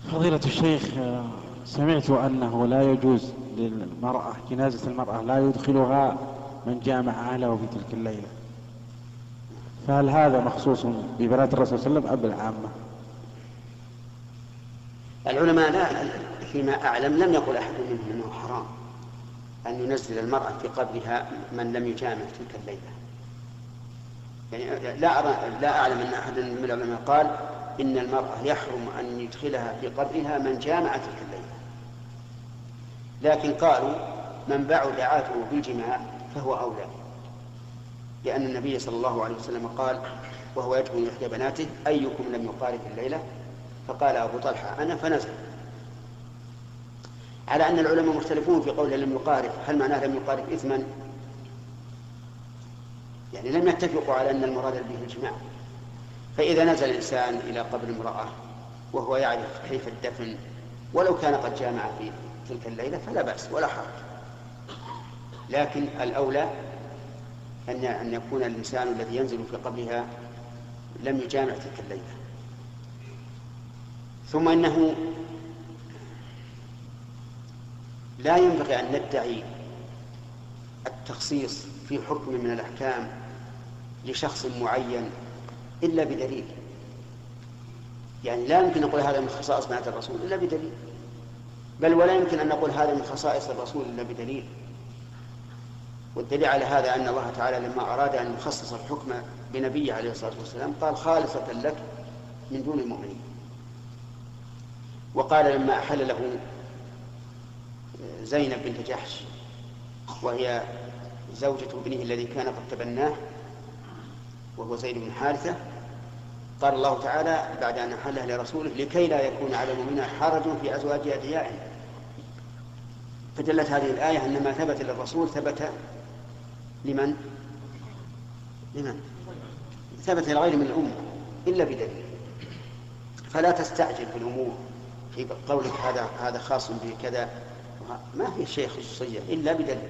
فضيلة الشيخ، سمعت أنه لا يجوز للمرأة جنازة المرأة لا يدخلها من جامع أهله في تلك الليلة، فهل هذا مخصوص ببنات الرسول صلى الله عليه وسلم أم بالعامة؟ العلماء لا فيما أعلم لم يقل أحد منهم أنه حرام أن ينزل المرأة في قبرها من لم يجامع تلك الليلة. يعني لا أعلم أن أحد من العلماء قال إن المرأة يحرم أن يدخلها في قبرها من جامع تلك الليلة، لكن قالوا من بعد عاده بالجماع فهو أولى، لأن النبي صلى الله عليه وسلم قال وهو يدعو إحدى بناته أيكم لم يقارب الليلة؟ فقال أبو طلحة أنا، فنزل. على أن العلماء مختلفون في قوله لم يقارب، هل معناه لم يقارب إثما؟ يعني لم يتفقوا على أن المراد به الجماع. فإذا نزل الإنسان إلى قبر امرأة وهو يعرف كيف الدفن ولو كان قد جامع في تلك الليلة فلا بأس ولا حرج، لكن الأولى أن يكون الإنسان الذي ينزل في قبرها لم يجامع تلك الليلة. ثم إنه لا ينبغي أن ندعي التخصيص في حكم من الأحكام لشخص معين إلا بدليل. يعني لا يمكن نقول هذا من خصائص بنات الرسول إلا بدليل، بل ولا يمكن أن نقول هذا من خصائص الرسول إلا بدليل. والدليل على هذا أن الله تعالى لما أراد أن يخصص الحكم بنبيه عليه الصلاة والسلام قال خالصة لك من دون المؤمنين. وقال لما أحل له زينب بنت جحش وهي زوجة ابنه الذي كان قد تبناه وهو زيد بن حارثة، قال الله تعالى بعد أن أحله لرسوله لكي لا يكون على المؤمنين حرج في أزواج أدعيائهم. فدلت هذه الآية أن ما ثبت للرسول ثبت لمن ثبت لغير من الأمة إلا بدليل. فلا تستعجل في الأمور في قولك هذا خاص بكذا، ما في شيء خصوصية إلا بدليل.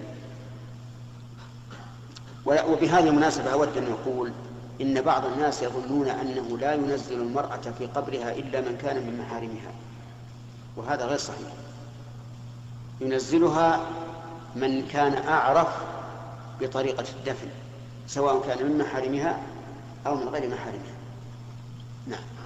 وبهذه المناسبة أود أن أقول إن بعض الناس يظنون أنه لا ينزل المرأة في قبرها إلا من كان من محارمها، وهذا غير صحيح. ينزلها من كان أعرف بطريقة الدفن، سواء كان من محارمها أو من غير محارمها. نعم.